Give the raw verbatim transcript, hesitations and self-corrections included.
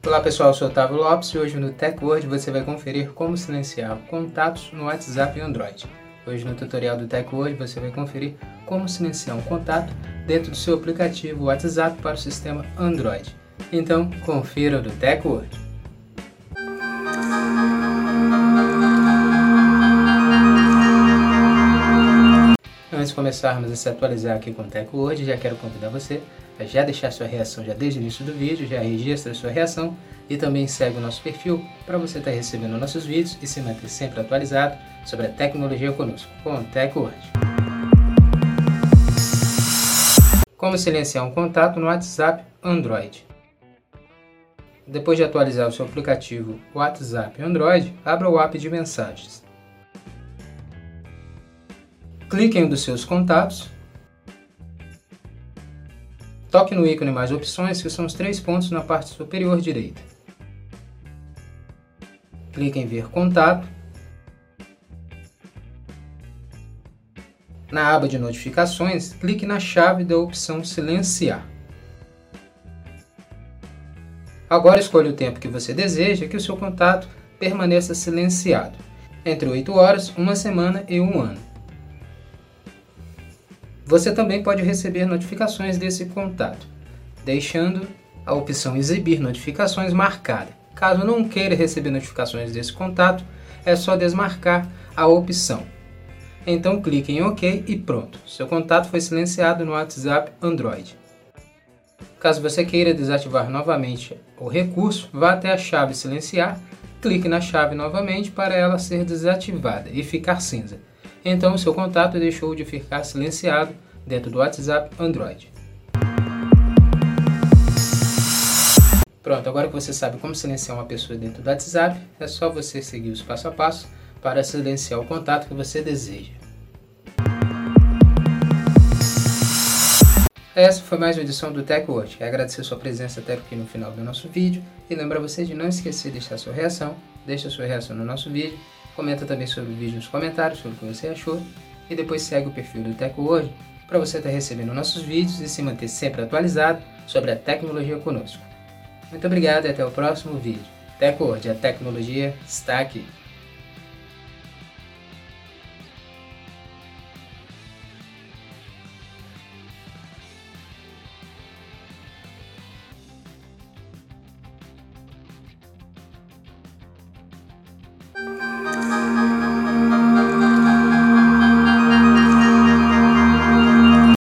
Olá pessoal, eu sou Otávio Lopes e hoje no TechWord você vai conferir como silenciar contatos no WhatsApp e Android. Hoje no tutorial do TechWord você vai conferir como silenciar um contato dentro do seu aplicativo WhatsApp para o sistema Android. Então, confira do TechWord. Antes de começarmos a se atualizar aqui com o TechWord, já quero convidar você a já deixar sua reação já desde o início do vídeo, já registra sua reação e também segue o nosso perfil para você estar recebendo nossos vídeos e se manter sempre atualizado sobre a tecnologia conosco, com o TechWord. Como silenciar um contato no WhatsApp Android. Depois de atualizar o seu aplicativo WhatsApp Android, abra o app de mensagens. Clique em um dos seus contatos. Toque no ícone mais opções, que são os três pontos na parte superior direita. Clique em ver contato. Na aba de notificações, clique na chave da opção silenciar. Agora escolha o tempo que você deseja que o seu contato permaneça silenciado, entre oito horas, uma semana e um ano. Você também pode receber notificações desse contato, deixando a opção exibir notificações marcada. Caso não queira receber notificações desse contato, é só desmarcar a opção. Então clique em OK e pronto, seu contato foi silenciado no WhatsApp Android. Caso você queira desativar novamente o recurso, vá até a chave silenciar, clique na chave novamente para ela ser desativada e ficar cinza. Então o seu contato deixou de ficar silenciado dentro do WhatsApp Android. Pronto, agora que você sabe como silenciar uma pessoa dentro do WhatsApp, é só você seguir os passo a passo para silenciar o contato que você deseja. Essa foi mais uma edição do TechWord. Quero agradecer sua presença até aqui no final do nosso vídeo e lembrar você de não esquecer de deixar sua reação, deixa sua reação no nosso vídeo, comenta também sobre o vídeo nos comentários, sobre o que você achou e depois segue o perfil do TechWord para você estar recebendo nossos vídeos e se manter sempre atualizado sobre a tecnologia conosco. Muito obrigado e até o próximo vídeo. TechWord, a tecnologia está aqui.